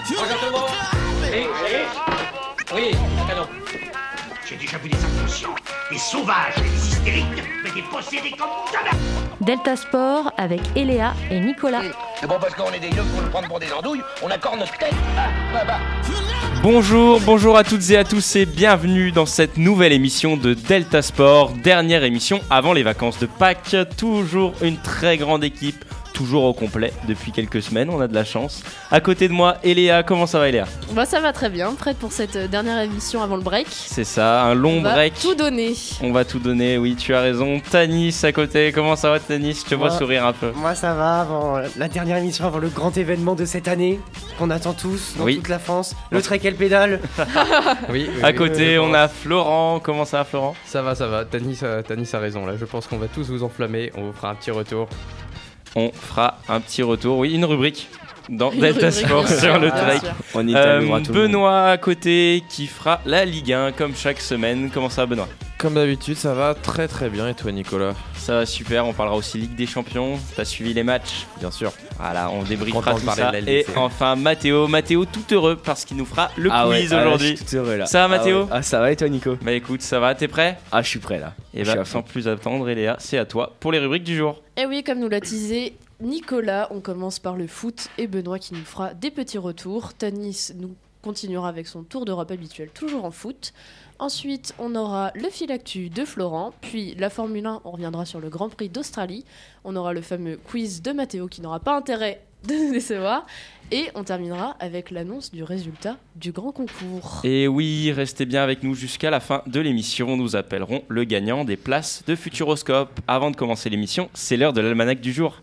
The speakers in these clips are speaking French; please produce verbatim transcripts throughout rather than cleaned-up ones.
Bonjour. Oui, oui, cadeau. J'ai déjà vu des inconscients, des sauvages, des hystériques, mais des possédés comme jamais. Delta Sport avec Eléa et Nicolas. C'est bon parce qu'on est des yeux pour nous prendre pour des andouilles, on accorde notre tête. Ah, bah, bah. Bonjour, bonjour à toutes et à tous et bienvenue dans cette nouvelle émission de Delta Sport, dernière émission avant les vacances de Pâques. Toujours une très grande équipe, toujours au complet depuis quelques semaines, on a de la chance. À côté de moi, Eléa, comment ça va Eléa ? Bah ça va très bien, prête pour cette dernière émission avant le break. C'est ça, un long On va break. tout donner. On va tout donner, oui tu as raison. Tanis à côté, comment ça va Tanis ? Je te vois Moi- sourire un peu. Moi ça va, avant la dernière émission, avant le grand événement de cette année, qu'on attend tous dans Oui. toute la France. Le trek et le pédale. Oui, oui, À oui, côté, oui, on a Florent, comment ça va Florent ? Ça va, ça va. Tanis a, Tanis a raison là. Je pense qu'on va tous vous enflammer. On vous fera un petit retour. On fera un petit retour, oui, une rubrique dans Une Delta rubrique, Sport bien sur sûr, le bien trek. sûr. On y Euh, Benoît à côté qui fera la Ligue un comme chaque semaine. Comment ça va Benoît ? Comme d'habitude, ça va très très bien. Et toi, Nicolas ? Ça va super, on parlera aussi Ligue des Champions. T'as suivi les matchs ? Bien sûr. Voilà, on débriefera Content de tout parler ça. de la Et Ligue, c'est- enfin Mathéo, Mathéo tout heureux parce qu'il nous fera le Ah ouais, quiz ah ouais, aujourd'hui. je suis tout heureux là. Ça va, Mathéo ? ah, ouais. Ah ça va et toi Nico ? Bah écoute, ça va, t'es prêt ? Ah je suis prêt là. Et Je suis bah à fond. sans plus attendre, Eléa, c'est à toi pour les rubriques du jour. Et oui, comme nous l'a teasé Nicolas, on commence par le foot et Benoît qui nous fera des petits retours. Tanis nous continuera avec son tour d'Europe habituel, toujours en foot. Ensuite, on aura le fil actu de Florent, puis la Formule un, on reviendra sur le Grand Prix d'Australie. On aura le fameux quiz de Mathéo qui n'aura pas intérêt de nous décevoir. Et on terminera avec l'annonce du résultat du grand concours. Et oui, restez bien avec nous jusqu'à la fin de l'émission. Nous appellerons le gagnant des places de Futuroscope. Avant de commencer l'émission, c'est l'heure de l'almanach du jour.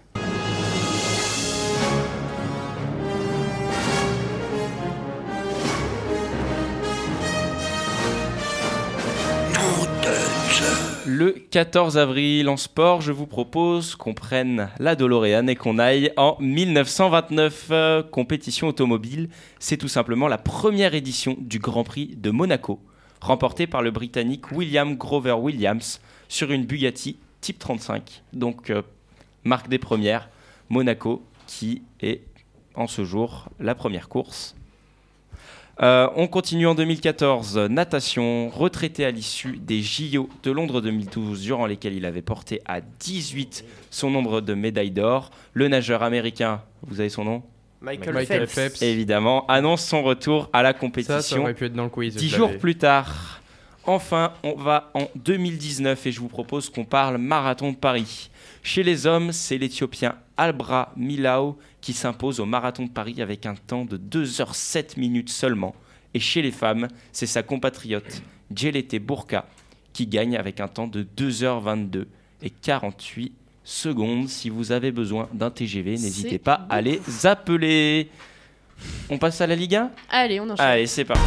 Le quatorze avril, en sport, je vous propose qu'on prenne la DeLorean et qu'on aille en dix-neuf cent vingt-neuf. Euh, compétition automobile, c'est tout simplement la première édition du Grand Prix de Monaco, remportée par le Britannique William Grover Williams sur une Bugatti Type trente-cinq. Donc, euh, marque des premières, Monaco qui est en ce jour la première course. Euh, on continue en deux mille quatorze, natation, retraité à l'issue des J O de Londres deux mille douze, durant lesquels il avait porté à dix-huit son nombre de médailles d'or. Le nageur américain, vous avez son nom ? Michael, Michael Phelps. Phelps. Évidemment, annonce son retour à la Ça, ça compétition aurait pu être dans le quiz. dix je jours l'avais. plus tard. Enfin, on va en deux mille dix-neuf et je vous propose qu'on parle marathon de Paris. Chez les hommes, c'est l'Éthiopien Albra Milau qui s'impose au marathon de Paris avec un temps de deux heures sept minutes seulement. Et chez les femmes, c'est sa compatriote Djelete Bourka qui gagne avec un temps de deux heures vingt-deux et quarante-huit secondes. Si vous avez besoin d'un T G V, n'hésitez C'est pas à les appeler. On passe à la Ligue un ? Allez, on enchaîne. Allez, c'est parti.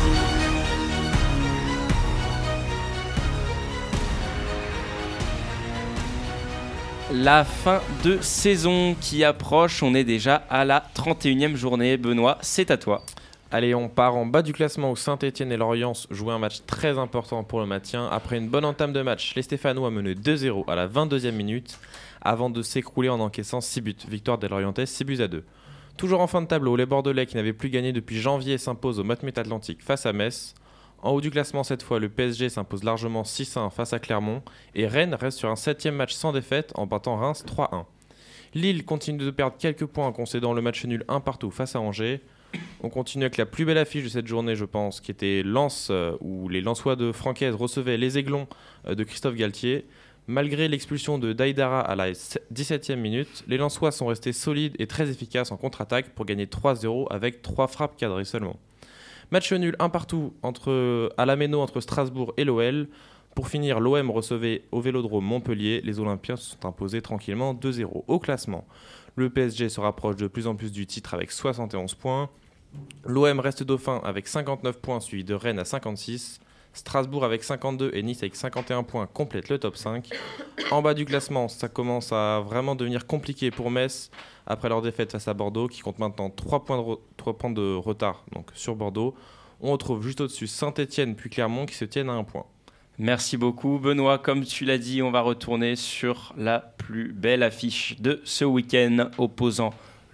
La fin de saison qui approche, on est déjà à la trente et unième journée. Benoît, c'est à toi. Allez, on part en bas du classement où Saint-Etienne et Lorient jouaient un match très important pour le maintien. Après une bonne entame de match, les Stéphanois menaient deux zéro à la vingt-deuxième minute avant de s'écrouler en encaissant six buts. Victoire des Lorientais, six buts à deux. Toujours en fin de tableau, les Bordelais qui n'avaient plus gagné depuis janvier s'imposent au Matmut Atlantique face à Metz. En haut du classement cette fois, le P S G s'impose largement six un face à Clermont et Rennes reste sur un septième match sans défaite en battant Reims trois un. Lille continue de perdre quelques points en concédant le match nul un partout face à Angers. On continue avec la plus belle affiche de cette journée, je pense, qui était Lens, euh, où les Lensois de Francaise recevaient les Aiglons euh, de Christophe Galtier. Malgré l'expulsion de Daïdara à la dix-septième minute, les Lensois sont restés solides et très efficaces en contre-attaque pour gagner trois zéro avec trois frappes cadrées seulement. Match nul un partout entre, à la Méno entre Strasbourg et l'O L. Pour finir, l'O M recevait au Vélodrome Montpellier. Les Olympiens se sont imposés tranquillement deux zéro. Au classement, le P S G se rapproche de plus en plus du titre avec soixante et onze points. L'O M reste dauphin avec cinquante-neuf points, suivi de Rennes à cinquante-six. Strasbourg avec cinquante-deux et Nice avec cinquante et un points complètent le top cinq. En bas du classement, ça commence à vraiment devenir compliqué pour Metz après leur défaite face à Bordeaux qui compte maintenant trois points de, re- trois points de retard donc, sur Bordeaux. On retrouve juste au-dessus Saint-Etienne puis Clermont qui se tiennent à un point. Merci beaucoup Benoît. Comme tu l'as dit, on va retourner sur la plus belle affiche de ce week-end opposant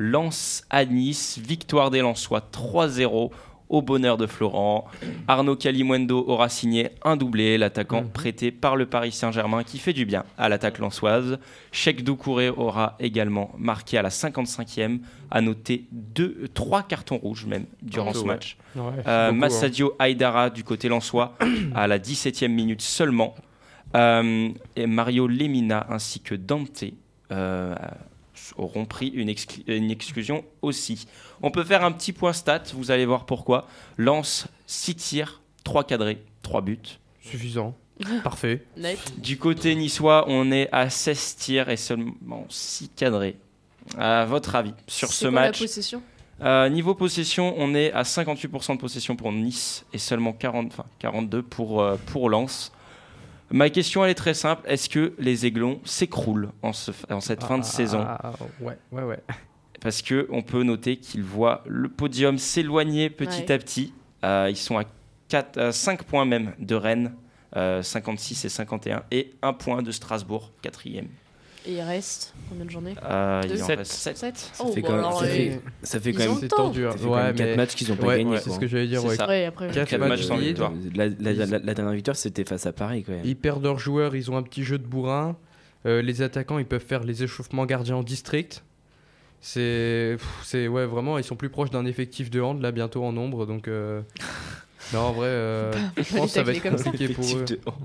Lens à Nice, victoire des Lensois trois zéro. Au bonheur de Florent. Arnaud Kalimuendo aura signé un doublé, l'attaquant mmh. prêté par le Paris Saint-Germain qui fait du bien à l'attaque lensoise. Cheikh Doucouré aura également marqué à la cinquante-cinquième, à noter deux, trois cartons rouges même durant oh, ce ouais. match. Ouais, euh, beaucoup, Massadio hein. Haidara du côté lensois à la dix-septième minute seulement. Euh, et Mario Lemina ainsi que Dante euh, auront pris une, exclu- une exclusion aussi. On peut faire un petit point stat, vous allez voir pourquoi. Lens, six tirs, trois cadrés, trois buts. Suffisant. Parfait. Du côté niçois, on est à seize tirs et seulement six cadrés. À votre avis sur C'est ce quoi match la possession euh, Niveau possession, on est à cinquante-huit pour cent de possession pour Nice et seulement quarante, enfin, quarante-deux pour, euh, pour Lens. Ma question, elle est très simple. Est-ce que les Aiglons s'écroulent en, ce, en cette ah, fin de saison ah, Ouais, ouais, ouais. Parce qu'on peut noter qu'ils voient le podium s'éloigner petit ouais. à petit. Euh, ils sont à, quatre, à cinq points même de Rennes, euh, cinquante-six et cinquante et un, et un point de Strasbourg, quatrième. Et il reste combien de journées euh, Il en sept. reste sept. sept Ça oh, fait bon, quand même, alors, ça et... fait, ça fait quand même c'est tendu. Ça fait ouais, quand même quatre mais... matchs qu'ils n'ont pas ouais, gagné. Ouais, c'est ce que j'allais dire. Ouais. Ouais, après, ouais. quatre matchs sans victoire. La, la, la, la, la dernière victoire, c'était face à Paris quand même. Ils perdent leurs joueurs, ils ont un petit jeu de bourrin. Euh, les attaquants, ils peuvent faire les échauffements gardiens en district. C'est, c'est ouais, vraiment, ils sont plus proches d'un effectif de hand là bientôt en nombre, donc. Euh... Non, en vrai, euh, je pense que ça va être compliqué pour eux.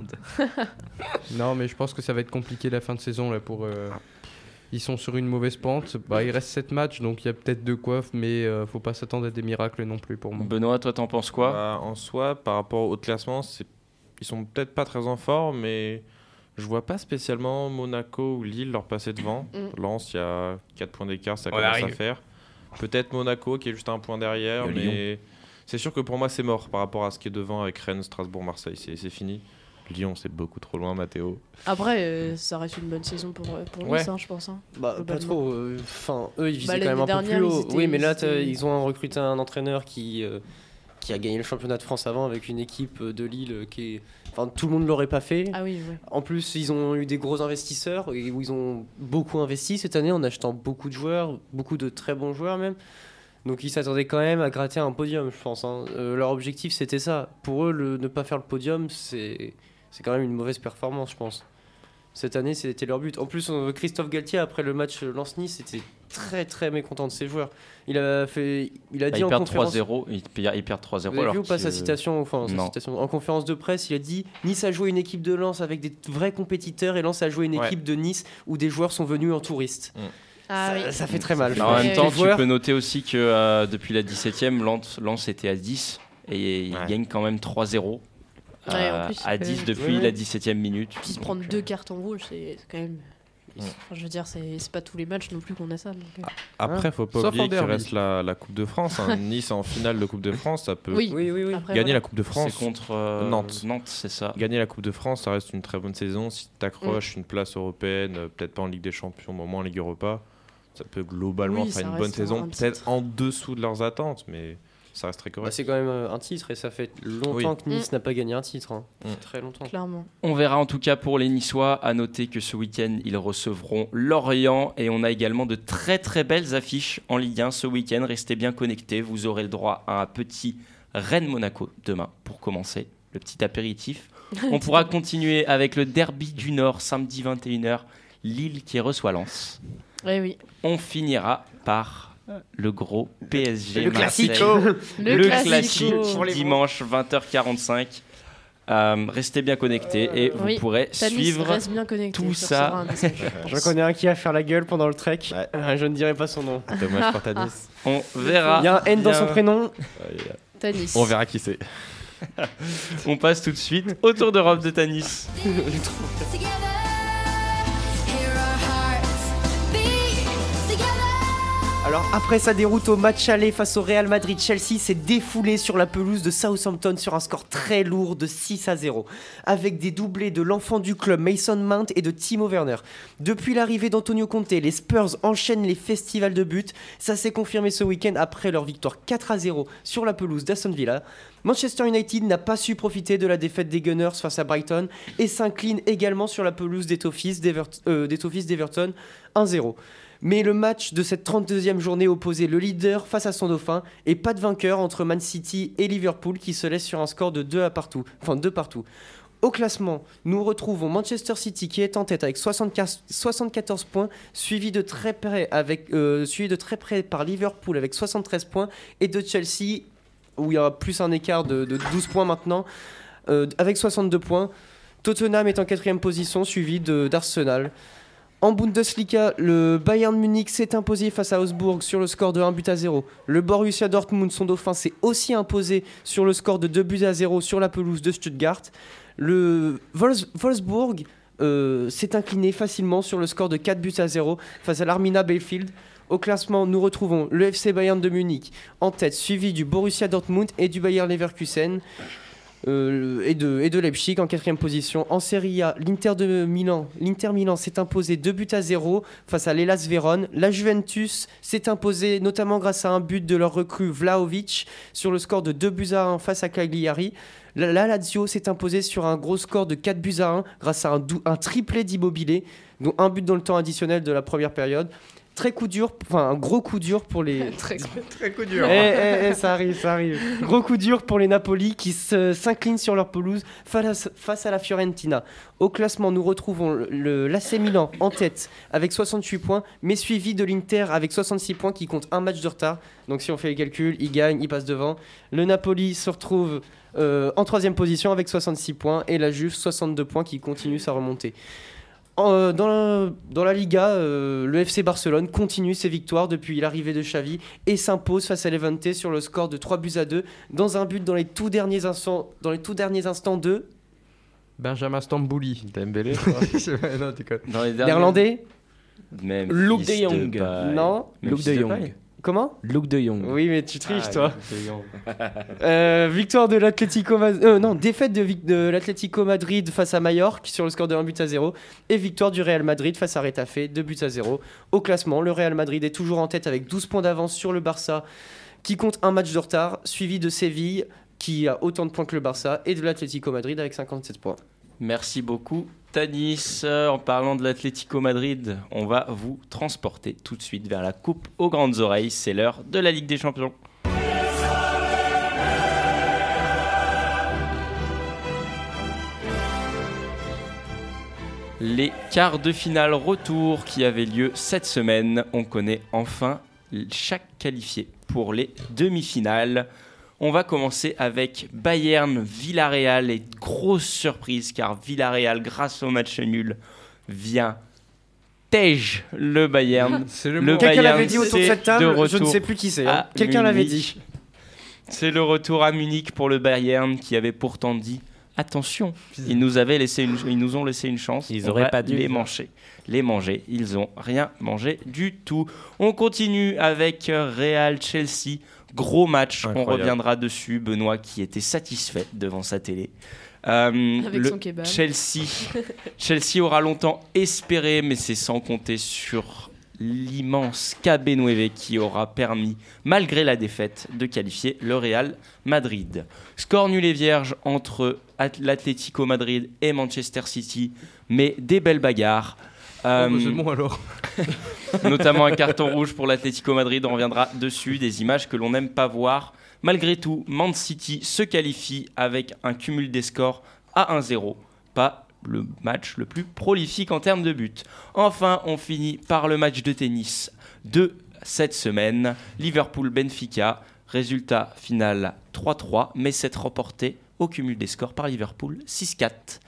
Non, mais je pense que ça va être compliqué la fin de saison là pour. Euh... Ils sont sur une mauvaise pente. Bah, il reste sept matchs, donc il y a peut-être de quoi, mais euh, faut pas s'attendre à des miracles non plus pour moi. Benoît, toi, t'en penses quoi ? Bah, en soi, par rapport au classement, c'est... ils sont peut-être pas très en forme, mais je vois pas spécialement Monaco ou Lille leur passer devant. Mm. Lens, il y a quatre points d'écart, ça On commence arrive. à faire. Peut-être Monaco qui est juste un point derrière, mais Lyon. C'est sûr que pour moi, c'est mort par rapport à ce qui est devant avec Rennes, Strasbourg, Marseille. C'est, c'est fini. Lyon, c'est beaucoup trop loin, Mathéo. Après, euh, ça reste une bonne saison pour, pour Nice, ouais. hein, je pense. Hein, bah, pas trop. Enfin, euh, eux, ils visaient bah, quand même un peu plus haut. Étaient, oui, mais là, étaient... ils ont recruté un entraîneur qui, euh, qui a gagné le championnat de France avant avec une équipe de Lille qui est... Enfin, tout le monde ne l'aurait pas fait. Ah oui, ouais. En plus, ils ont eu des gros investisseurs et où ils ont beaucoup investi cette année en achetant beaucoup de joueurs, beaucoup de très bons joueurs même. Donc ils s'attendaient quand même à gratter un podium, je pense. Hein. Euh, leur objectif, c'était ça. Pour eux, le, ne pas faire le podium, c'est, c'est quand même une mauvaise performance, je pense. Cette année, c'était leur but. En plus, Christophe Galtier, après le match Lens-Nice, était très très mécontent de ses joueurs. Il a, fait, il a dit bah, en conférence... trois zéro, il perd, il perd trois zéro. Vous avez alors vu ou pas que... sa citation, enfin, sa citation en conférence de presse, il a dit « Nice a joué une équipe de Lens avec des vrais compétiteurs et Lens a joué une équipe ouais. de Nice où des joueurs sont venus en touristes. Mm. » Ah, ça, oui. ça fait très mal. Alors, en même temps, tu peux noter aussi que euh, depuis la dix-septième, Lens, Lens était à dix et il ouais. gagne quand même trois zéro euh, ouais, plus, à dix euh, depuis ouais. la dix-septième minute. Puis se prendre deux cartons rouges, c'est, c'est quand même... Ouais. Enfin, je veux dire, c'est, c'est pas tous les matchs non plus qu'on a ça. Donc... Après, faut pas Sauf oublier qu'il reste la, la Coupe de France. Hein. Nice en finale de Coupe de France, ça peut oui. Oui, oui, oui. Après, gagner voilà. la Coupe de France. C'est contre euh, Nantes. Nantes, c'est ça. Gagner la Coupe de France, ça reste une très bonne saison. Si tu accroches mm. une place européenne, peut-être pas en Ligue des Champions, mais au moins en Ligue Europa, ça peut globalement oui, faire une bonne saison. Peut-être en dessous de leurs attentes, mais ça reste très correct. Bah, c'est quand même un titre et ça fait longtemps oui. que Nice mmh. n'a pas gagné un titre. Hein. Mmh. Très longtemps. Clairement. On verra en tout cas pour les Niçois. À noter que ce week-end, ils recevront Lorient et on a également de très très belles affiches en Ligue un ce week-end. Restez bien connectés. Vous aurez le droit à un petit Rennes-Monaco demain pour commencer le petit apéritif. On pourra continuer avec le Derby du Nord samedi vingt et une heures. Lille qui reçoit Lens. Oui, oui. On finira par le gros P S G le Marseille. Classico. Le, le classique dimanche vingt heures quarante-cinq. Euh, restez bien connectés et vous oui. pourrez Tanis suivre tout ça. J'en connais un qui a fait la gueule pendant le trek. Ouais. Euh, je ne dirai pas son nom. Dommage pour Tanis. On verra. Il y a un N dans son prénom. Tanis. On verra qui c'est. On passe tout de suite au tour d'Europe de Tanis. Alors après sa déroute au match aller face au Real Madrid, Chelsea s'est défoulé sur la pelouse de Southampton sur un score très lourd de six à zéro, avec des doublés de l'enfant du club Mason Mount et de Timo Werner. Depuis l'arrivée d'Antonio Conte, les Spurs enchaînent les festivals de buts. Ça s'est confirmé ce week-end après leur victoire quatre à zéro sur la pelouse d'Aston Villa. Manchester United n'a pas su profiter de la défaite des Gunners face à Brighton et s'incline également sur la pelouse des Toffees d'Ever- euh, des Toffees d'Everton un zéro. Mais le match de cette trente-deuxième journée opposait le leader face à son dauphin et pas de vainqueur entre Man City et Liverpool qui se laisse sur un score de deux à partout, enfin deux partout. Au classement, nous retrouvons Manchester City qui est en tête avec soixante-quatorze points, suivi de très près, avec, euh, suivi de très près par Liverpool avec soixante-treize points et de Chelsea où il y a plus un écart de, de douze points maintenant euh, avec soixante-deux points. Tottenham est en quatrième position suivi de, d'Arsenal. En Bundesliga, le Bayern Munich s'est imposé face à Augsbourg sur le score de un but à zéro. Le Borussia Dortmund, son dauphin, s'est aussi imposé sur le score de deux buts à zéro sur la pelouse de Stuttgart. Le Wolfs- Wolfsburg euh, s'est incliné facilement sur le score de quatre buts à zéro face à l'Arminia Bielefeld. Au classement, nous retrouvons le F C Bayern de Munich en tête, suivi du Borussia Dortmund et du Bayer Leverkusen. Euh, et, de, et de Leipzig en quatrième position. En Serie A, l'Inter de Milan, l'Inter Milan s'est imposé deux buts à zéro face à l'Hellas Vérone. La Juventus s'est imposée notamment grâce à un but de leur recrue Vlahovic sur le score de deux buts à un face à Cagliari. La, la Lazio s'est imposée sur un gros score de quatre buts à un grâce à un, dou- un triplé d'Immobilier, dont un but dans le temps additionnel de la première période. Très coup dur, enfin un gros coup dur pour les. Très Très coup dur. Eh, eh, eh, ça arrive, ça arrive. Gros coup dur pour les Napoli qui se, s'inclinent sur leur pelouse face, face à la Fiorentina. Au classement, nous retrouvons le, le, l'A C Milan en tête avec soixante-huit points, mais suivi de l'Inter avec soixante-six points qui compte un match de retard. Donc si on fait les calculs, il gagne, il passe devant. Le Napoli se retrouve euh, en troisième position avec soixante-six points et la Juve soixante-deux points qui continue sa remontée. En, dans, la, dans la Liga, euh, le F C Barcelone continue ses victoires depuis l'arrivée de Xavi et s'impose face à Levante sur le score de trois buts à deux dans un but dans les tout derniers instants, dans les tout derniers instants de Benjamin Stambouli. Dembélé. Ouais, non, t'es con. Dans les derniers... Néerlandais. Même Luke fils de Jong. paille. Non. Même Luke fils de de Jong. paille. Comment? Luke de Jong. Oui, mais tu triches, Ah, toi. Luke de Jong. Euh, victoire de l'Atlético Madrid. Euh, non, défaite de, Vic- de l'Atlético Madrid face à Majorque sur le score de un but à zéro. Et victoire du Real Madrid face à Retafe, deux buts à zéro. Au classement, le Real Madrid est toujours en tête avec douze points d'avance sur le Barça, qui compte un match de retard, suivi de Séville, qui a autant de points que le Barça, et de l'Atlético Madrid avec cinquante-sept points. Merci beaucoup, Tanis. Euh, En parlant de l'Atlético Madrid, on va vous transporter tout de suite vers la coupe aux grandes oreilles. C'est l'heure de la Ligue des Champions. Les quarts de finale retour qui avaient lieu cette semaine. On connaît enfin chaque qualifié pour les demi-finales. On va commencer avec Bayern Villarreal et grosse surprise car Villarreal, grâce au match nul, vient tège le Bayern. C'est le, Le mot. Quelqu'un Bayern, l'avait dit autour de c'est cette table, de je ne retour sais plus qui c'est. hein. à Quelqu'un l'avait Munich. dit. C'est le retour à Munich pour le Bayern qui avait pourtant dit attention, ils nous avaient laissé une, ils nous ont laissé une chance. Ils on auraient va pas dû. les manger. Les manger, ils ont rien mangé du tout. On continue avec Real Chelsea, gros match. Incroyable. On reviendra dessus. Benoît qui était satisfait devant sa télé. Euh, Avec le son kebab. Chelsea, Chelsea aura longtemps espéré, mais c'est sans compter sur l'immense K B nueve qui aura permis, malgré la défaite, de qualifier le Real Madrid. Score nul et vierge entre At- l'Atlético Madrid et Manchester City, mais des belles bagarres. Euh, Oh, bah, c'est bon alors. notamment un carton rouge pour l'Atlético Madrid, on reviendra dessus, des images que l'on n'aime pas voir. Malgré tout, Man City se qualifie avec un cumul des scores à un zéro, pas le match le plus prolifique en termes de buts. Enfin, on finit par le match de tennis de cette semaine, Liverpool-Benfica, résultat final trois trois, mais c'est remporté au cumul des scores par Liverpool six quatre.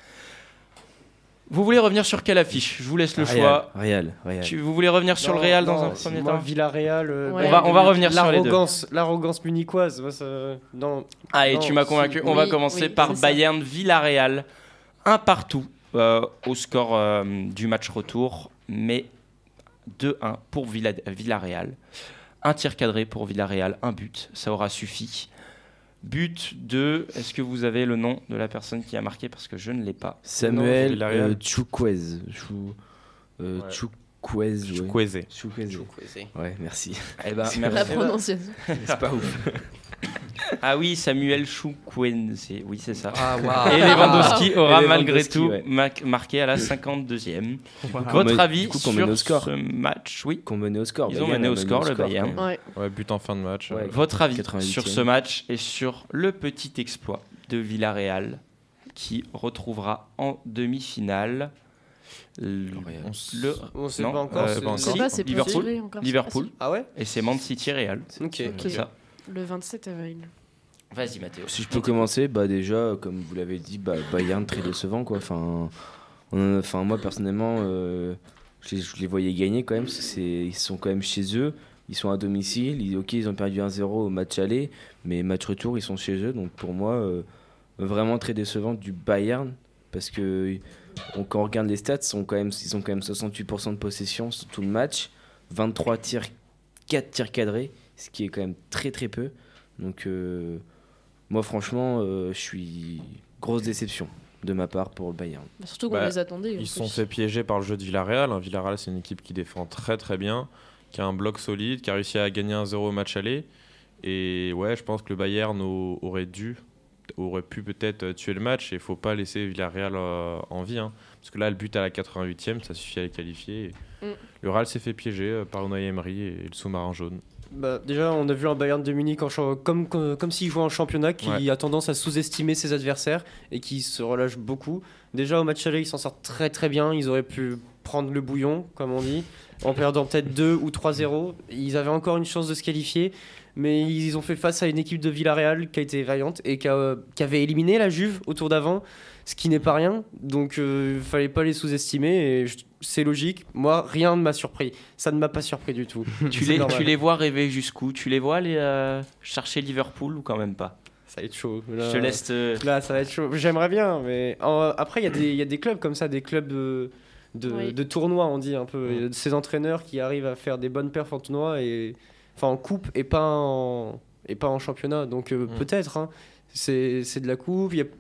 Vous voulez revenir sur quelle affiche? Je vous laisse le choix. Real, Real. Tu- vous voulez revenir sur Non, le Real dans non, un premier moi, temps? Villarreal. euh, Ouais. On va- on va revenir sur les deux. l'arrogance, L'arrogance munichoise. Moi, ça... Non. Ah, et Non, tu m'as si, convaincu. On va oui, commencer oui, par c'est ça. Bayern Villarreal. Un partout euh, au score euh, du match retour, mais deux un pour Villa- Villarreal. Un tir cadré pour Villarreal, un but, ça aura suffi. But de... Est-ce que vous avez le nom de la personne qui a marqué? Parce que je ne l'ai pas. Samuel Villarreal. euh, Chukwueze. Chou, euh, Ouais. Chukwueze, ouais. Chukwueze. Chukwueze. Ouais, merci. Eh ben, La merci. prononciation. C'est pas ouf. Ah oui, Samuel Chukwueze, oui c'est ça. Ah, waouh. Et Lewandowski aura Et malgré Lewandowski, tout ouais. ma- marqué à la cinquante-deuxième. Qu'on Votre mène- avis du coup, qu'on sur menait au score. ce match? Oui. Qu'on menait au score. Ils ont Bayern mené a au score, le Bayern. quand même. Ouais. Ouais, but en fin de match. Ouais. euh. Votre avis quatre-vingt-huitième. sur ce match et sur le petit exploit de Villarreal qui retrouvera en demi-finale le, Real. le- On sait non, pas encore. euh, c'est- pas Je encore. sais pas, c'est pas Liverpool. tiré encore, c'est Liverpool pas Ah ouais et c'est Man City Real. Ok. C'est ça. si- Le vingt-sept avril. Vas-y Mathéo. Si je peux commencer, bah déjà, comme vous l'avez dit, bah, Bayern très décevant quoi. Enfin, on- enfin moi personnellement, euh, je, les, je les voyais gagner quand même. Parce que c'est, ils sont quand même chez eux, ils sont à domicile. Ils, ok, ils ont perdu un zéro au match aller, mais match retour, ils sont chez eux. Donc pour moi, euh, vraiment très décevant du Bayern parce que on- quand on regarde les stats, sont quand même, ils ont quand même soixante-huit pour cent de possession sur tout le match, vingt-trois tirs, quatre tirs cadrés, ce qui est quand même très très peu. Donc euh, moi franchement euh, je suis grosse déception de ma part pour le Bayern. Bah, surtout qu'on Bah, les attendait. en Ils se sont plus. fait piéger par le jeu de Villarreal. hein. Villarreal, c'est une équipe qui défend très très bien, qui a un bloc solide, qui a réussi à gagner un zéro au match aller. Et ouais, je pense que le Bayern au- aurait dû, aurait pu peut-être tuer le match. Et il faut pas laisser Villarreal euh, en vie. hein. Parce que là, le but à la quatre-vingt-huitième, ça suffit à les qualifier. Et Mm. Le Real s'est fait piéger euh, par Unai Emery et le sous-marin jaune. Bah, déjà, on a vu un Bayern de Munich en cha- comme, comme, comme s'il jouait en championnat, qui Ouais. a tendance à sous-estimer ses adversaires et qui se relâche beaucoup. Déjà, au match aller, ils s'en sortent très très bien. Ils auraient pu prendre le bouillon, comme on dit, en perdant peut-être deux ou trois zéro. Ils avaient encore une chance de se qualifier, mais ils ont fait face à une équipe de Villarreal qui a été vaillante et qui, a- qui avait éliminé la Juve au tour d'avant, ce qui n'est pas rien. Donc, il ne fallait pas les sous-estimer et je- c'est logique. Moi, rien ne m'a surpris. Ça ne m'a pas surpris du tout. Tu C'est les, normal. tu les vois rêver jusqu'où? Tu les vois aller euh, chercher Liverpool ou quand même pas? Ça va être chaud. Je Là, te laisse te... Là, ça va être chaud. J'aimerais bien, mais en- après, il y, a des- il y a des clubs comme ça, des clubs de, de, Oui. de tournois, on dit un peu. Et ces entraîneurs qui arrivent à faire des bonnes perfs en tournoi, et, enfin en coupe et pas en, et pas en championnat. Donc euh, Mm. peut-être, hein, c'est c'est de la coupe. Il y a...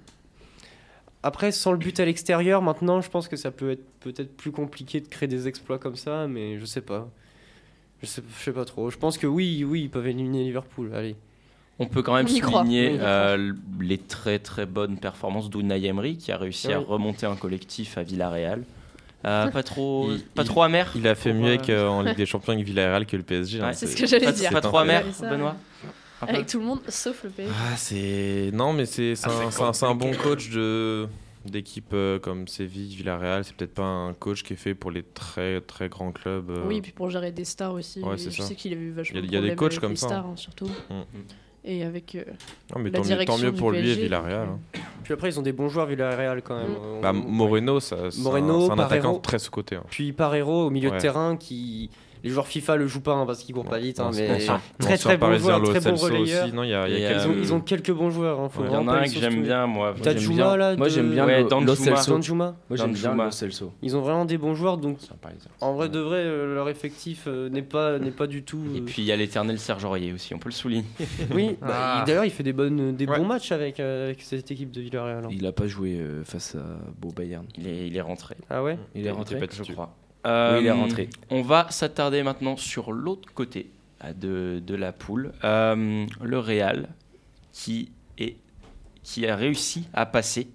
Après, sans le but à l'extérieur, maintenant, je pense que ça peut être peut-être plus compliqué de créer des exploits comme ça, mais je sais pas. Je sais, je sais pas trop. Je pense que oui, oui, ils peuvent éliminer Liverpool. Allez. On peut quand même On y croit. souligner On y croit. euh, les très très bonnes performances d'Unai Emery qui a réussi à Oui. remonter un collectif à Villarreal. Euh, pas trop, Il- pas il- trop amer. Il a fait pour, mieux euh, avec, euh, en Ligue des Champions avec Villarreal que le P S G. hein. Ouais, C'est ce que j'allais pas, dire. Pas trop amer, C'est ça. Benoît. Un peu. Avec tout le monde sauf le P S G. Ah, c'est non, mais c'est c'est un, c'est un- c'est un bon coach de d'équipe euh, comme Séville, Villarreal. C'est peut-être pas un coach qui est fait pour les très très grands clubs. euh. Oui, et puis pour gérer des stars aussi. Ouais, c'est je ça. sais qu'il a eu vachement Il y a- de il y a des problèmes coachs avec comme les ça, stars, hein, surtout. Mm. Et avec euh, Non, mais la tant mieux, tant direction mieux du pour lui P S G, et Villarreal. donc, hein. Puis après, ils ont des bons joueurs Villarreal quand même. Mm. On- Bah, on- Moreno, ça, c'est Moreno, un, c'est un attaquant Parreiro. très sous-coté. hein. Puis Parreiro au milieu Ouais. de terrain qui. Les joueurs FIFA le jouent pas hein, parce qu'ils courent pas vite, hein, Non, mais c'est- non, très sur très bons Parisien, joueurs, Lo très bons Celso relayeurs. aussi. Non, il y a, il y a Et, quelques- Ils ont, Euh, ils ont quelques bons joueurs. Hein, faut Il y vraiment en a pas un les que j'aime sous-estimer. bien, moi. Moi, j'aime Danjuma, bien. là, Moi de- j'aime bien Ouais, Lo- Danjuma. Lo Celso. Danjuma. Moi j'aime bien Danjuma. Lo Celso. Ils ont vraiment des bons joueurs, donc C'est un Parisien. en vrai de vrai, euh, leur effectif euh, n'est pas n'est pas du tout. Et euh, puis il y a l'éternel Serge Aurier aussi, on peut le souligner. oui, bah, Ah. il- d'ailleurs, il fait des bonnes des Ouais. bons matchs avec euh, avec cette équipe de Villarreal. hein. Il a pas joué euh, face à Beau Bayern. Il est, il est rentré, Ah ouais. Il est Il rentré. était pas je titulaire. crois. Oui, il est Euh, rentré. On va s'attarder maintenant sur l'autre côté euh, de, de la poule. Euh, le Real qui, est, qui a réussi à passer,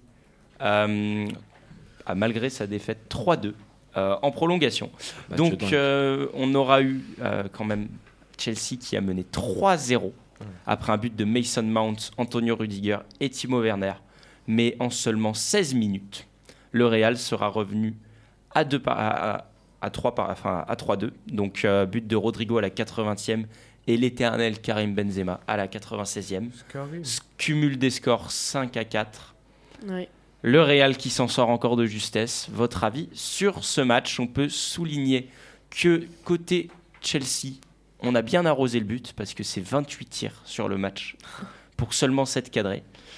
euh, à, malgré sa défaite trois deux euh, en prolongation. Match Donc dingue. euh, on aura eu euh, quand même Chelsea qui a mené trois zéro après un but de Mason Mount, Antonio Rudiger et Timo Werner. Mais en seulement seize minutes, le Real sera revenu à deux par- à, à- à trois par- enfin, à trois deux. Donc euh, but de Rodrigo à la quatre-vingtième et l'éternel Karim Benzema à la quatre-vingt-seizième. S- Cumul des scores cinq à quatre. Ouais. Le Real qui s'en sort encore de justesse. Votre avis sur ce match? On peut souligner que côté Chelsea, on a bien arrosé le but parce que c'est vingt-huit tirs sur le match pour seulement sept cadrés.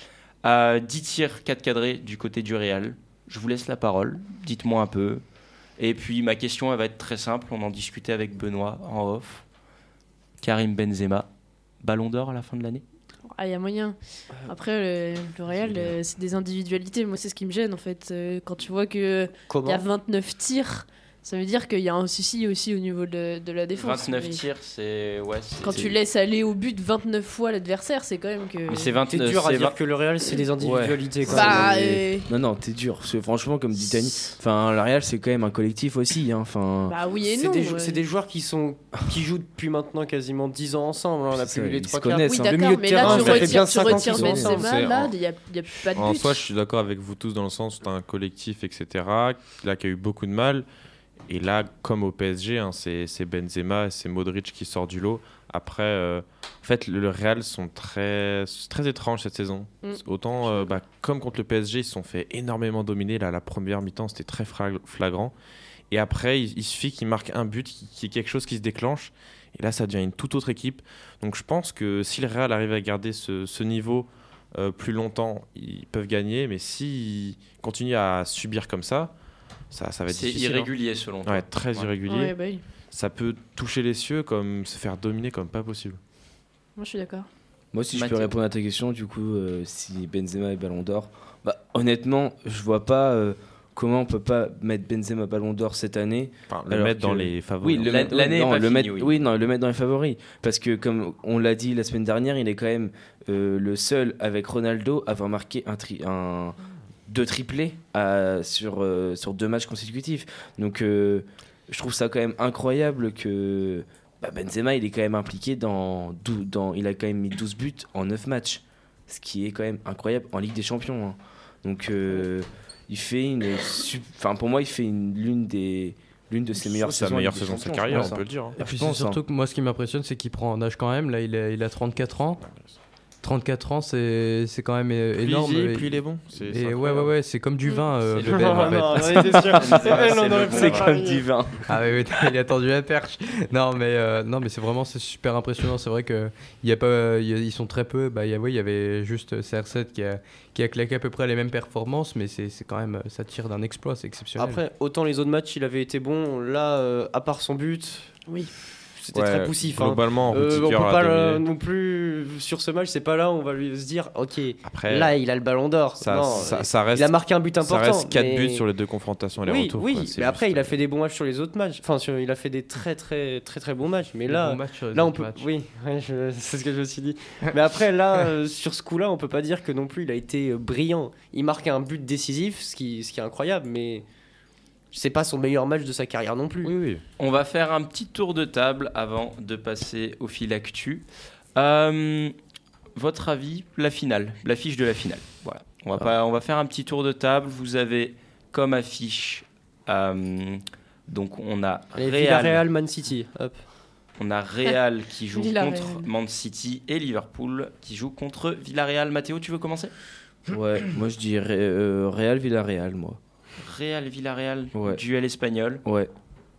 Euh, dix tirs, quatre cadrés du côté du Real. Je vous laisse la parole. Dites-moi un peu. Et puis ma question elle va être très simple. On en discutait avec Benoît en off. Karim Benzema, Ballon d'Or à la fin de l'année? Ah, il y a moyen. Après, le, le Real, euh, c'est des individualités. Moi, c'est ce qui me gêne, en fait. Euh, quand tu vois qu'il y Comment a vingt-neuf tirs, Ça veut dire qu'il y a un souci aussi au niveau de, de la défense. vingt-neuf mais tirs, c'est. Ouais, c'est- Quand c'est- tu laisses aller au but vingt-neuf fois l'adversaire, c'est quand même que. Mais c'est C'est vingt-neuf. dur à c'est dire vingt- que le Real c'est des individualités. quoi. Bah, mais- euh, Non, non, t'es dur. Parce que franchement, comme dit Tani, enfin, le Real, c'est quand même un collectif aussi. Hein, enfin, bah oui et C'est non. des, jou- ouais. c'est des joueurs qui, sont, qui jouent depuis maintenant quasiment dix ans ensemble. hein, On a C'est plus ça, les ils trois se quarts. connaissent, Oui, hein. Le d'accord, milieu de mais là, terrain, tu ça fait bien retires, tu cinq ans retires qu'ils sont ensemble. Benzema, C'est- là, en- il n'y a, y a pas de En but. soi, je suis d'accord avec vous tous dans le sens où tu as un collectif, et cetera, là, qui a eu beaucoup de mal. Et là, comme au P S G, hein, c'est c'est Benzema, c'est Modric qui sort du lot. Après, euh, en fait, le, le Real sont très, très étranges cette saison. Mm. Autant, euh, bah, comme contre le P S G, ils se sont fait énormément dominer. Là, la première mi-temps, c'était très fra- flagrant. Et après, il, il suffit qu'ils marquent un but, qu'il qu'il y ait quelque chose qui se déclenche. Et là, ça devient une toute autre équipe. Donc, je pense que si le Real arrive à garder ce, ce niveau euh, plus longtemps, ils peuvent gagner. Mais s'ils continuent à subir comme ça, ça, ça va être C'est difficile. irrégulier selon hein. toi. Ouais, très Ouais. irrégulier. Ouais, bah oui. Ça peut toucher les cieux comme se faire dominer comme pas possible. Moi, je suis d'accord. Moi, si je Mathieu. peux répondre à ta question, du coup, euh, si Benzema est Ballon d'Or, bah, honnêtement, je vois pas euh, comment on peut pas mettre Benzema Ballon d'Or cette année. Enfin, le Alors mettre dans que- les favoris. Oui, le L'an- mettre, l'année est non, pas le finie, mettre, oui. oui, non, le mettre dans les favoris, parce que comme on l'a dit la semaine dernière, il est quand même euh, le seul avec Ronaldo à avoir marqué un, tri- un deux triplés à- sur euh, sur deux matchs consécutifs. Donc, euh, je trouve ça quand même incroyable que bah, Benzema, il est quand même impliqué dans, dou- dans, il a quand même mis douze buts en neuf matchs, ce qui est quand même incroyable en Ligue des Champions. hein. Donc, euh, il fait une, sup- enfin pour moi, il fait une l'une des l'une de ses meilleures C'est la saisons. en meilleure Ligue des saison de sa Champions, carrière, je on pense, peut le dire. hein. Et puis je c'est pense, surtout que moi, ce qui m'impressionne, c'est qu'il prend en âge quand même. Là, il a, il a trente-quatre ans. trente-quatre ans, c'est c'est quand même euh, Plus énorme. il vieillit, Et- plus il est bon. C'est- c'est Et ouais, incroyable. ouais, ouais, c'est comme du vin, euh, C'est le belge, en fait. Non, on était sûr. Benzema, Elle, on c'est aurait le pu C'est la comme parier. du vin. Ah oui, oui, il a tendu la perche. Non, mais euh, non, mais c'est vraiment c'est super impressionnant. C'est vrai que il y a pas, il y a- ils sont très peu. Bah, il y a, oui, il y avait juste C R sept qui a qui a claqué à peu près les mêmes performances, mais c'est c'est quand même ça tire d'un exploit, c'est exceptionnel. Après, autant les autres matchs, il avait été bon. Là, euh, à part son but, Oui. c'était Ouais, très poussif. hein. Globalement, Euh, on Rudiger peut a pas dominé. le- non plus sur ce match, c'est pas là où on va lui se dire ok, Après, là il a le ballon d'or. ça, Non, ça, ça reste, il a marqué un but ça important. reste quatre mais- buts sur les deux confrontations et les oui, retours. oui, quoi. mais C'est après juste- il a fait des bons matchs sur les autres matchs. Enfin, sur- il a fait des très très très très bons matchs. Mais Des là, bons matchs sur les là on autres peut, matchs. oui, ouais, je- c'est ce que je me suis dit. Mais après là, euh, sur ce coup-là, on peut pas dire que non plus il a été euh, brillant. Il marque un but décisif, ce qui, ce qui est incroyable, mais c'est pas son meilleur match de sa carrière non plus. Oui, oui. On va faire un petit tour de table avant de passer au fil actu. Euh, votre avis, la finale, l'affiche de la finale. Voilà. On va, pas, on va faire un petit tour de table. Vous avez comme affiche, euh, donc on a Allez, Real, Villarreal, Man City. Hop. on a Real qui joue Villarreal. contre Man City et Liverpool qui joue contre Villarreal. Mathéo, tu veux commencer? Ouais, moi je dirais euh, Real Villarreal, moi. Real, Villarreal, Ouais. duel espagnol. Ouais.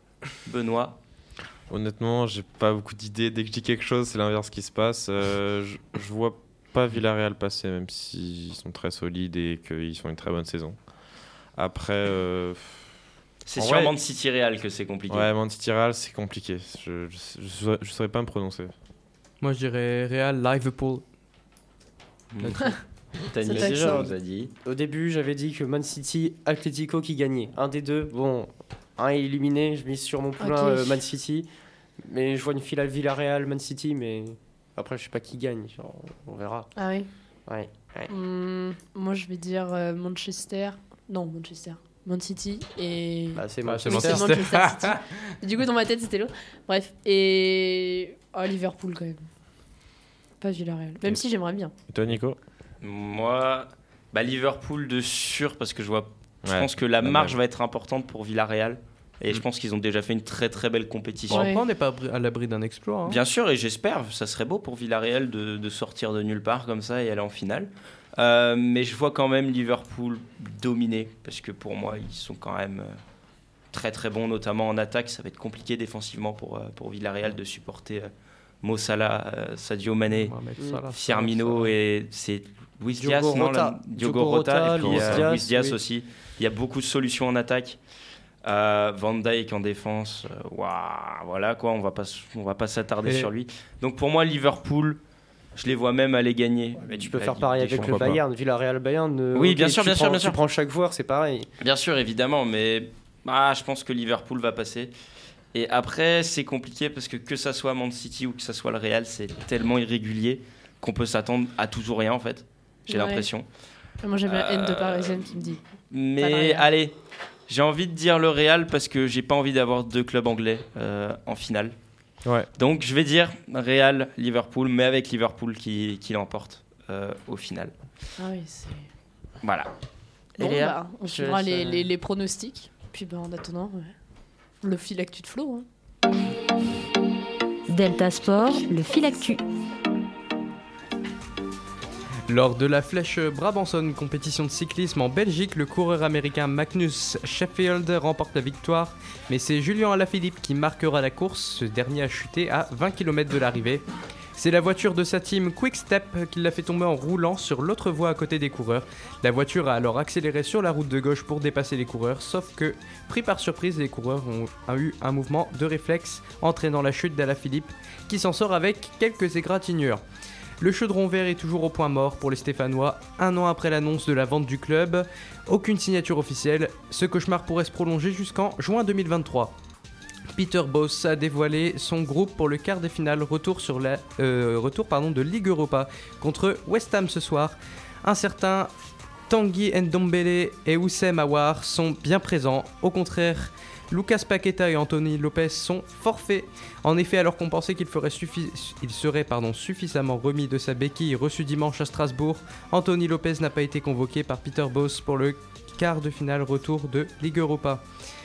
Benoît. Honnêtement, j'ai pas beaucoup d'idées. Dès que je dis quelque chose, c'est l'inverse qui se passe. Euh, je, je vois pas Villarreal passer, même s'ils sont très solides et qu'ils font une très bonne saison. Après, euh, C'est En sur vrai- Man City Real que c'est compliqué. ouais, Man City Real, c'est compliqué. Je, je, je, saurais- je saurais pas me prononcer. Moi, je dirais Real, Liverpool. Mm. Tanis, C'est déjà, accent. on vous a dit. Au début, j'avais dit que Man City, Atlético qui gagnait. Un des deux. Bon, un est éliminé. Je mise sur mon poulain Ok. euh, Man City. Mais je vois une finale Villarreal, Man City. Mais après, je sais pas qui gagne. Genre, on verra. Ah oui. Ouais. ouais. Hum, moi, je vais dire euh, Manchester. Non, Manchester. Man City et. Bah, c'est Ah, c'est Oui, Manchester. c'est Manchester City. Du coup, dans ma tête, c'était l'autre. Bref. Et. Oh, Liverpool quand même. Pas Villarreal. Même si j'aimerais bien. Et toi, Nico? Moi, bah Liverpool de sûr parce que je vois. Je Ouais, pense que la la marge même. va être importante pour Villarreal et je Mm. pense qu'ils ont déjà fait une très très belle compétition. Bon, Ouais. après, on n'est pas abri- à l'abri d'un exploit. hein. Bien sûr, et j'espère, ça serait beau pour Villarreal de, de sortir de nulle part comme ça et aller en finale. Euh, mais je vois quand même Liverpool dominer parce que pour moi, ils sont quand même euh, très très bons, notamment en attaque. Ça va être compliqué défensivement pour, euh, pour Villarreal de supporter euh, Mo Salah, euh, Sadio Mané, On va mettre Mm. ça là, Firmino ça, et c'est Luis Diogo Diaz, non, Rota. là, Diogo Diogo Rota, Rota, et puis Luis euh, Diaz, Luis Diaz oui. aussi. Il y a beaucoup de solutions en attaque. Euh, Van Dijk en défense, euh, waouh, voilà quoi, on va pas, s- on va pas s'attarder Et- sur lui. Donc pour moi, Liverpool, je les vois même aller gagner. Mais tu peux la faire Ligue pareil des avec Champions. le pourquoi pas. Bayern, Villarreal Bayern. euh, Oui, ok, bien sûr, tu bien sûr, prends- bien Tu sûr. prends chaque joueur, c'est pareil. Bien sûr, évidemment, mais Ah, je pense que Liverpool va passer. Et après, c'est compliqué parce que que ça soit Man City ou que ça soit le Real, c'est tellement irrégulier qu'on peut s'attendre à tout ou rien en fait. J'ai Ouais. l'impression. Moi j'avais la haine de Euh, Parisienne qui me dit. Pas le Mais Real. allez, j'ai envie de dire le Real parce que j'ai pas envie d'avoir deux clubs anglais euh, en finale. Ouais. Donc je vais dire Real, Liverpool, mais avec Liverpool qui, qui l'emporte euh, au final. Ah oui, c'est. Voilà. Bon, Léa, bah, on je suivra laisse, les, euh, les, les pronostics. Puis bah, en attendant, ouais. Le fil actu de Flo. Hein. Delta Sport, le fil actu. Lors de la Flèche Brabançonne, compétition de cyclisme en Belgique, le coureur américain Magnus Sheffield remporte la victoire, mais c'est Julien Alaphilippe qui marquera la course. Ce dernier a chuté à vingt kilomètres de l'arrivée. C'est la voiture de sa team Quick Step qui l'a fait tomber en roulant sur l'autre voie à côté des coureurs. La voiture a alors accéléré sur la route de gauche pour dépasser les coureurs, sauf que, pris par surprise, les coureurs ont eu un mouvement de réflexe entraînant la chute d'Alaphilippe, qui s'en sort avec quelques égratignures. Le chaudron vert est toujours au point mort pour les Stéphanois, un an après l'annonce de la vente du club. Aucune signature officielle, ce cauchemar pourrait se prolonger jusqu'en juin deux mille vingt-trois. Peter Bosz a dévoilé son groupe pour le quart de finale retour, sur la, euh, retour pardon, de Ligue Europa contre West Ham ce soir. Un certain Tanguy Ndombele et Oussem Aouar sont bien présents. Au contraire, Lucas Paqueta et Anthony Lopez sont forfaits. En effet, alors qu'on pensait qu'il ferait suffi- il serait pardon, suffisamment remis de sa béquille reçue dimanche à Strasbourg, Anthony Lopez n'a pas été convoqué par Peter Bosz pour le quart de finale retour de Ligue Europa.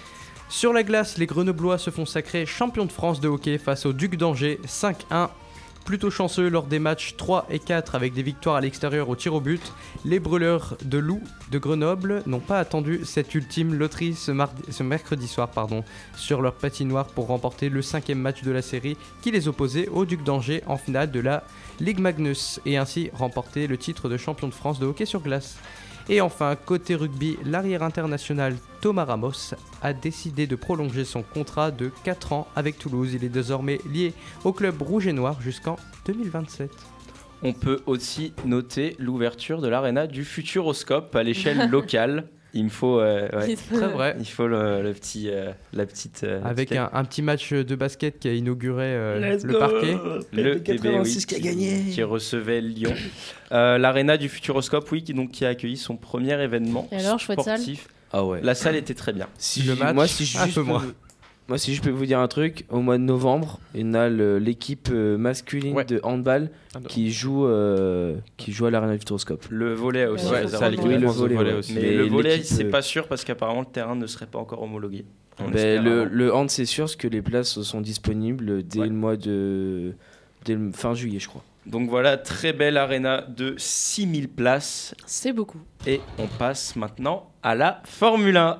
Sur la glace, les Grenoblois se font sacrer champions de France de hockey face au Duc d'Angers cinq un. Plutôt chanceux lors des matchs trois et quatre avec des victoires à l'extérieur au tir au but, les brûleurs de loups de Grenoble n'ont pas attendu cette ultime loterie ce, mardi, ce mercredi soir pardon, sur leur patinoire pour remporter le cinquième match de la série qui les opposait au Duc d'Angers en finale de la Ligue Magnus et ainsi remporter le titre de champion de France de hockey sur glace. Et enfin, côté rugby, l'arrière international Thomas Ramos a décidé de prolonger son contrat de quatre ans avec Toulouse. Il est désormais lié au club rouge et noir jusqu'en deux mille vingt-sept. On peut aussi noter l'ouverture de l'aréna du Futuroscope à l'échelle locale. Il me faut, euh, ouais, Très vrai. il faut le, le petit, euh, la petite. euh, la Avec petite- un, un petit match de basket qui a inauguré euh, Let's le go. parquet. le B B, oui, qui a gagné. qui recevait Lyon. Euh, L'aréna du Futuroscope, oui, qui, donc, qui a accueilli son premier événement Et alors, chouette salle sportif. Ah ouais. La salle était très bien. Si Le je- match, moi, si je un juste peu peux moins. vous- Moi, si je peux vous dire un truc, au mois de novembre, il y a le- l'équipe euh, masculine Ouais. de handball Ah non. qui joue, euh, qui joue à l'Arena Futuroscope. Le volet aussi. Ouais, réservé. ça, l'équipe Oui, de le France de volet, volley ouais. aussi. Mais Mais le volet, l'équipe, c'est euh, pas sûr parce qu'apparemment le terrain ne serait pas encore homologué. On Ben, espère le, avant. le hand, c'est sûr, parce que les places sont disponibles dès Ouais. le mois de. Dès le fin juillet, je crois. Donc voilà, très belle aréna de six mille places. C'est beaucoup. Et on passe maintenant à la Formule un.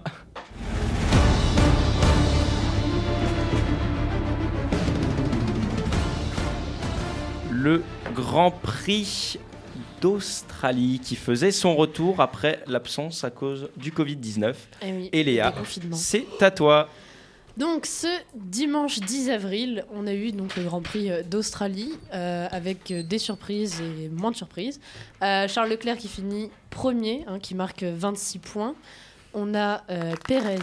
Le Grand Prix d'Australie qui faisait son retour après l'absence à cause du covid dix-neuf. Eh oui, Et Léa, le confinement. c'est à toi. Donc ce dimanche dix avril, on a eu donc le Grand Prix euh, d'Australie euh, avec euh, des surprises et moins de surprises. Euh, Charles Leclerc qui finit premier, hein, qui marque vingt-six points. On a euh, Pérez.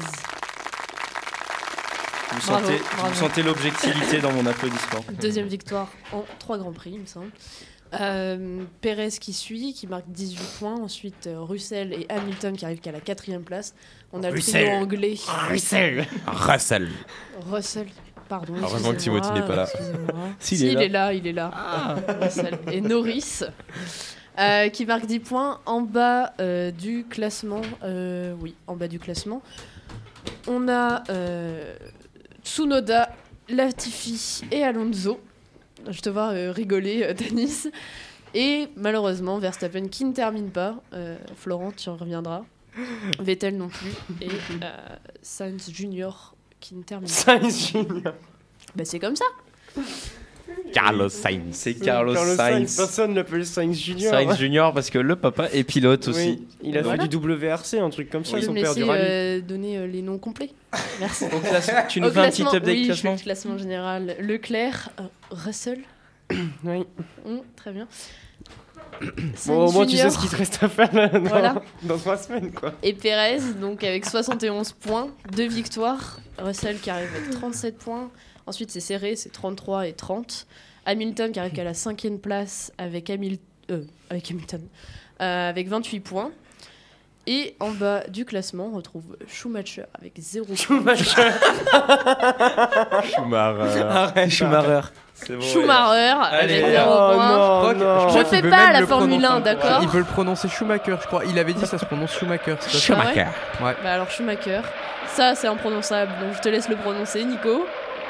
Vous Bravo, sentez, bravo. vous sentez l'objectivité dans mon applaudissement. Deuxième victoire en trois Grands Prix, il me semble. Euh, Pérez qui suit, qui marque dix-huit points. Ensuite, euh, Russell et Hamilton qui arrivent qu'à la quatrième place. On a Russell. le trio anglais. Russell. Russell. Russell, pardon. Heureusement que excusez-moi, Timothy n'est pas là. excusez-moi. Si, Si, il est il là. est là, il est là. Russell. Et Norris, euh, qui marque dix points en bas euh, du classement. Euh, oui, en bas du classement. On a euh, Tsunoda, Latifi et Alonso. Je te vois euh, rigoler, euh, Denis. Et malheureusement, Verstappen qui ne termine pas. Euh, Florent, tu en reviendras. Vettel non plus. Et euh, Sainz Junior qui ne termine pas. Sainz Junior. Bah, c'est comme ça. Carlos Sainz. C'est Carlos, Carlos Sainz. Personne l'appelle Sainz Junior. Sainz Junior parce que le papa est pilote Oui, aussi. il a Voilà. fait du W R C, un truc comme ça, Tu son peux me père du laisser rallye. euh, donner euh, les noms complets. Merci. Au classe- tu nous Au fais un petit classement, update oui, classement je fais le classement général. Leclerc, euh, Russell. Oui. Hum, très bien. Bon, au moins, tu sais Junior ce qu'il te reste à faire là, dans, Voilà. dans trois semaines, quoi. et Perez, donc avec soixante et onze points, deux victoires. Russell qui arrive avec trente-sept points. Ensuite, c'est serré, c'est trente-trois et trente. Hamilton qui arrive qu'à la cinquième place avec, Hamil- euh, avec Hamilton, euh, avec vingt-huit points. Et en bas du classement, on retrouve Schumacher avec zéro point. Schumacher. Schumacher. Arrête, Schumacher. C'est bon, Schumacher avec Allez. zéro Oh, point. non, non. Je crois fais qu'il veut pas même la le Formule prononcer. un, d'accord. Il veut le prononcer Schumacher, je crois. Il avait dit ça se prononce Schumacher. C'est pas ça Schumacher. Ouais. Bah alors Schumacher, ça c'est imprononçable, donc je te laisse le prononcer, Nico.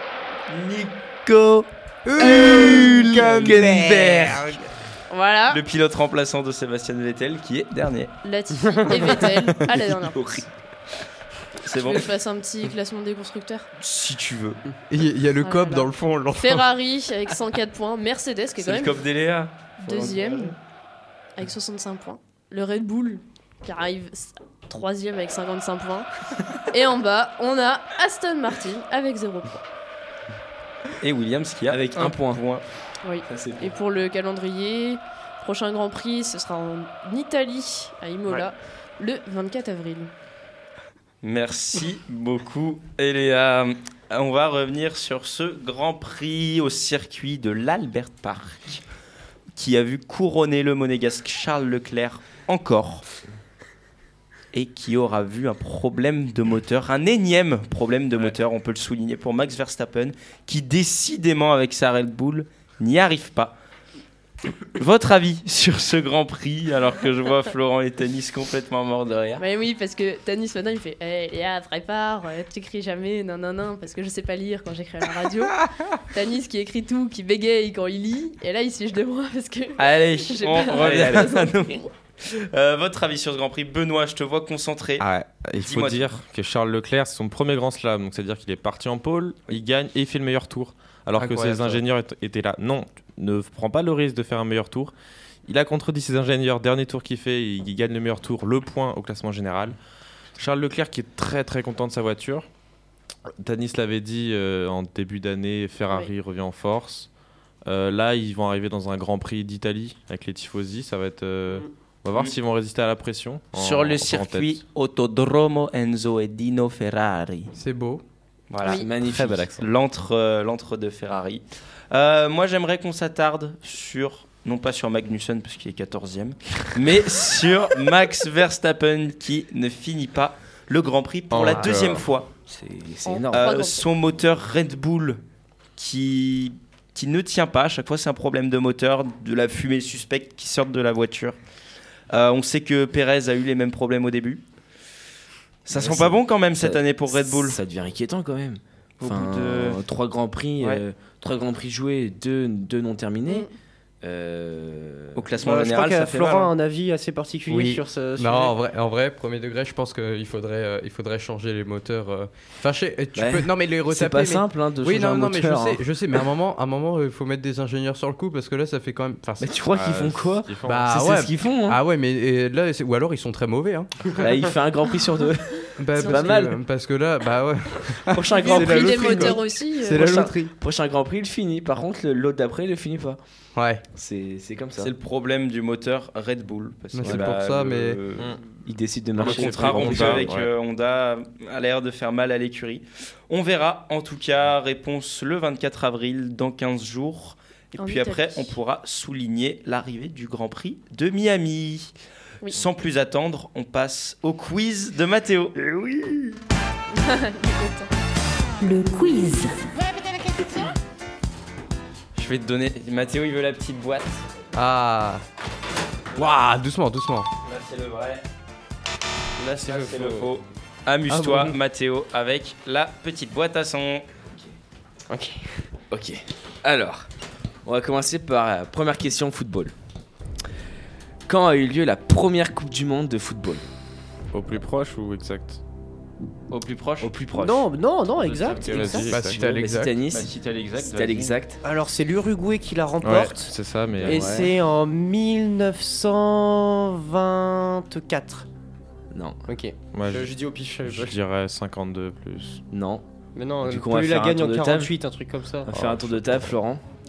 Nico Hülkenberg. Voilà, Le pilote remplaçant de Sébastien Vettel qui est dernier. Latifi et Vettel à la dernière place. Horrible. C'est Tu bon. veux que je fasse un petit classement des constructeurs? Si tu veux. Et Il y, il y a le Ah cop là là. dans le fond. on l'entend. Ferrari avec cent quatre points, Mercedes qui est C'est quand le même cop d'Eléa. deuxième avec soixante-cinq points. Le Red Bull qui arrive s- troisième avec cinquante-cinq points. Et en bas, on a Aston Martin avec zéro point. Et Williams qui a Avec un point. Oui. Ça, c'est Et pour le calendrier, prochain Grand Prix, ce sera en Italie, à Imola, le vingt-quatre avril. Merci beaucoup, Eléa. On va revenir sur ce Grand Prix au circuit de l'Albert Park qui a vu couronner le monégasque Charles Leclerc encore et qui aura vu un problème de moteur, un énième problème de moteur, on peut le souligner, pour Max Verstappen qui décidément avec sa Red Bull n'y arrive pas. Votre avis sur ce Grand Prix alors que je vois Florent et Tanis complètement morts de rire? Mais oui, parce que Tanis ce matin il fait hey, Léa, prépare, euh, t'écris jamais, non, non, non, parce que je sais pas lire quand j'écris à la radio. Tanis qui écrit tout, qui bégaye quand il lit, et là il se fiche de moi parce que. Allez, J'ai on pas- revient Allez, à allez. nous. Euh, votre avis sur ce Grand Prix? Benoît, je te vois concentré. Ah ouais, il faut Dis-moi dire que Charles Leclerc, c'est son premier grand slam. Donc, c'est-à-dire qu'il est parti en pôle, il gagne et il fait le meilleur tour. Alors que Incroyable, ses ingénieurs étaient- étaient là. Non, ne prends pas le risque de faire un meilleur tour. Il a contredit ses ingénieurs. Dernier tour qu'il fait, il gagne le meilleur tour, le point au classement général. Charles Leclerc qui est très très content de sa voiture. Tanis l'avait dit euh, en début d'année, Ferrari revient en force. Euh, là, ils vont arriver dans un Grand Prix d'Italie avec les tifosi. Ça va être. euh, On va voir Mm. s'ils vont résister à la pression. en- Sur le en circuit tête. Autodromo Enzo et Dino Ferrari. C'est beau. Voilà, Oui. magnifique. Très bel accent. l'entre euh, l'entre de Ferrari. Euh, moi, j'aimerais qu'on s'attarde sur, non pas sur Magnussen parce qu'il est quatorzième, mais sur Max Verstappen qui ne finit pas le Grand Prix pour la Encore. deuxième fois. C'est c'est En- énorme. Trois Euh, Grands son moteur Red Bull qui, qui ne tient pas. À chaque fois, c'est un problème de moteur, de la fumée suspecte qui sort de la voiture. Euh, on sait que Perez a eu les mêmes problèmes au début. Ça Ouais, sent c'est- pas bon quand même cette ça- année pour Red Bull. Ça devient inquiétant quand même. Au Enfin, bout de- trois grands prix, Ouais. euh, trois grands prix joués, deux, deux non terminés. Mm. Euh, Au classement Voilà, je crois général, que ça fait Florent a mal. un avis assez particulier Oui. sur ce sujet. Non, en vrai, en vrai, premier degré, je pense qu'il faudrait, euh, il faudrait changer les moteurs. euh. Enfin, je sais, tu Ouais. peux, non mais les retaper. c'est pas mais- simple hein, de Oui, changer non, un non, mais moteur. je hein. sais, je sais, mais à un moment, à un moment, il faut mettre des ingénieurs sur le coup parce que là, ça fait quand même. Enfin, Mais c'est- tu crois qu'ils Euh, font quoi ils font- Bah, C'est ouais. c'est ce qu'ils font. Hein. Ah ouais, mais et là, c'est- ou alors ils sont très mauvais. Hein. Là, il fait un grand prix sur deux. Bah, C'est parce pas que- mal. Parce que là, bah ouais. Prochain Vu grand le la prix des loterie, moteurs quoi. aussi. euh, C'est la prochain- loterie. Prochain grand prix, il finit. Par contre, le- l'autre d'après, il le finit pas. Ouais. C'est c'est comme ça. C'est le problème du moteur Red Bull. Parce Mais que c'est bah, pour ça, le- mais- Mm. Il décide de Le marcher. contrat Honda, rompu avec ouais. euh, Honda a l'air de faire mal à l'écurie. On verra. En tout cas, réponse le vingt-quatre avril, dans quinze jours. Et En puis Italie. après, on pourra souligner l'arrivée du Grand Prix de Miami. Oui. Sans plus attendre, on passe au quiz de Mathéo. il est content. Le quiz. Je vais te donner. Mathéo, il veut la petite boîte. Ah. Waouh, doucement, doucement. Là, c'est le vrai. Là, c'est Là, le c'est faux. le faux. Amuse-toi, Ah bon Mathéo, avec la petite boîte à son. Ok. Ok. Alors, on va commencer par la première question football. Quand a eu lieu la première Coupe du Monde de football? Au plus proche ou exact? Au plus proche. Au plus proche. Non, non, non, exact. Ok, vas-y, exact. Bah, exact. si t'as Mais l'exact. c'est Tanis. Bah, si t'as l'exact. C'était à vas-y. l'exact. Alors, c'est l'Uruguay qui la Ouais, remporte. c'est ça, mais. Et Ouais. c'est en mille neuf cent vingt-quatre. Non. Ok. Moi, je, Je, je dis au pif. je dirais cinquante-deux plus. Non. Mais non, Du du coup, coup, on va la faire un gagne tour en de table. quarante-huit, un truc comme ça. On va faire un tour de table, Florent.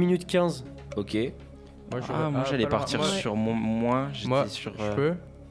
minutes quinze. Ok. Moi, j'aurais- Ah, moi ah, j'allais pas loin. partir Moi- sur mon moins. J'étais Moi, sur. je euh, peux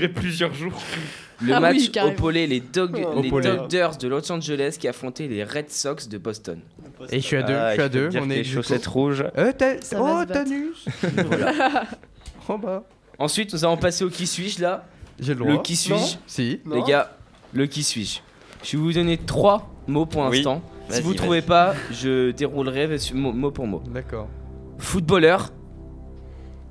durer plusieurs jours. Le Ah match oui, carrément. opposait les, Dog- Oh. les Opposé. Dodgers de Los Angeles qui affrontaient les Red Sox de Boston. Et je suis à deux, Ah, je suis à peux te deux, dire on que est les ex chaussettes aequo. rouges. Euh, t'as- Ça va oh, se battre. Tanus. Oh bah, Ensuite, nous allons passer au qui suis-je là. j'ai le Le droit. qui suis-je. Si. Non. Les gars, le qui suis-je. Je vais vous donner trois mots pour Oui. l'instant. Si Vas-y, vous ne vas-y. trouvez pas, je déroulerai sur- mot, mot pour mot. D'accord. Footballeur,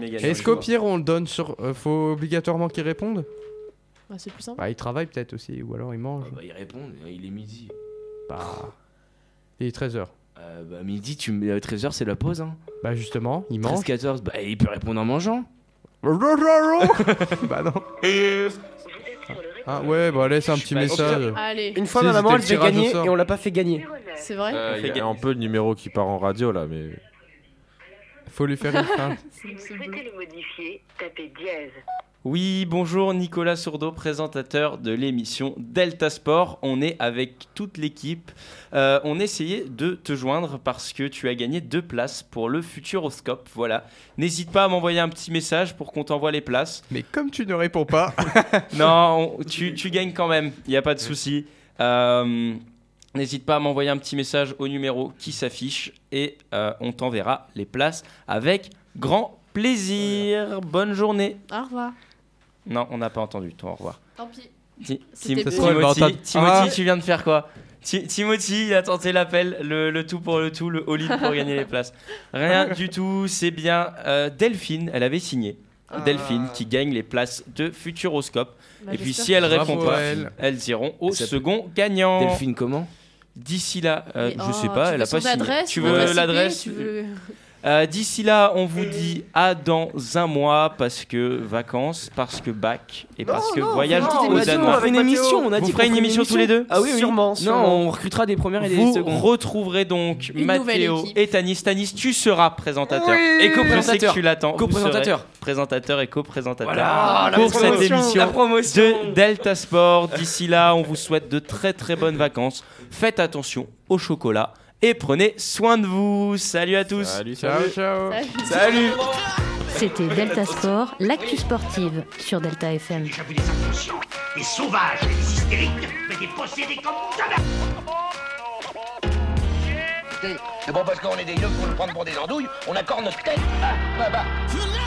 premier gagnant. Est-ce qu'au pire, on le donne sur. euh, faut obligatoirement qu'ils répondent? Ouais, c'est plus simple. Bah, ils travaillent peut-être aussi, ou alors ils mangent. Ah bah, ils répondent, il est midi. Bah. Il est treize heures. Euh, bah, midi, tu me... treize heures, c'est la pause. Hein. Bah justement, il mange. treize quatorze, bah, il peut répondre en mangeant. Bah non. Ah ouais, bah laisse un petit message. Allez, Une fois, Si, ma maman, elle c'était devait le tirage au gagner sort. et on l'a pas fait gagner. c'est vrai. Euh, Il y fait a un peu le numéro qui part en radio là, mais. Faut lui faire une fin. C'est- c'est bleu. le modifier, tapez dièse. Oui, bonjour, Nicolas Sourdeau, présentateur de l'émission Delta Sport. On est avec toute l'équipe. Euh, on essayait de te joindre parce que tu as gagné deux places pour le Futuroscope. Voilà. N'hésite pas à m'envoyer un petit message pour qu'on t'envoie les places. Mais comme tu ne réponds pas. Non, on- tu, tu gagnes quand même, il n'y a pas de souci. Euh, N'hésite pas à m'envoyer un petit message au numéro qui s'affiche et euh, on t'enverra les places avec grand plaisir. Bonne journée. Au revoir. Non, on n'a pas entendu ton au revoir. Tant pis. Ti- C'était Tim- beau. Ça se trouve, elle va Timothy, entendre- Timothy, Ah. tu viens de faire quoi? Ti- Timothy, il a tenté l'appel, le, le tout pour le tout, le all-in pour gagner les places. Rien du tout, c'est bien. Euh, Delphine, elle avait signé. Ah. Delphine qui gagne les places de Futuroscope. Bah, Et puis j'espère si elle que- répond Bravo pas, à elle. elles iront au Ça peut- second gagnant. Delphine, comment? D'ici là, euh, Mais, je oh, sais pas, tu elle veux a pas son signé. adresse, Tu son veux adresse I P, l'adresse tu veux- Euh, D'ici là, on vous dit à dans un mois parce que vacances, parce que bac et parce que non, voyage non, au on a dit Danemark. on On fera une Avec émission, on a Vous dit ferez qu'on une ferait émission tous les deux? Ah oui, oui. Sûrement, Non, sûrement. on recrutera des premières et des Vous secondes. retrouverez donc Une Mathéo nouvelle équipe. et Tanis. Tanis, tu seras présentateur. Oui. Et co-présentateur. Je sais que Présentateur. tu l'attends. Vous Co-présentateur. serez présentateur et co-présentateur Voilà, la pour cette promotion, émission la promotion. de Delta Sport. D'ici là, on vous souhaite de très très bonnes vacances. Faites attention au chocolat et prenez soin de vous. Salut à tous. Salut, Ciao, salut. ciao. Salut. C'était Delta Sport, l'actu sportive sur Delta F M. J'ai déjà vu des inconscients, des sauvages et des hystériques, mais des possédés comme jamais. C'est bon parce qu'on est des yeux pour nous prendre pour des andouilles, on accorde notre tête. Ah, bah, bah.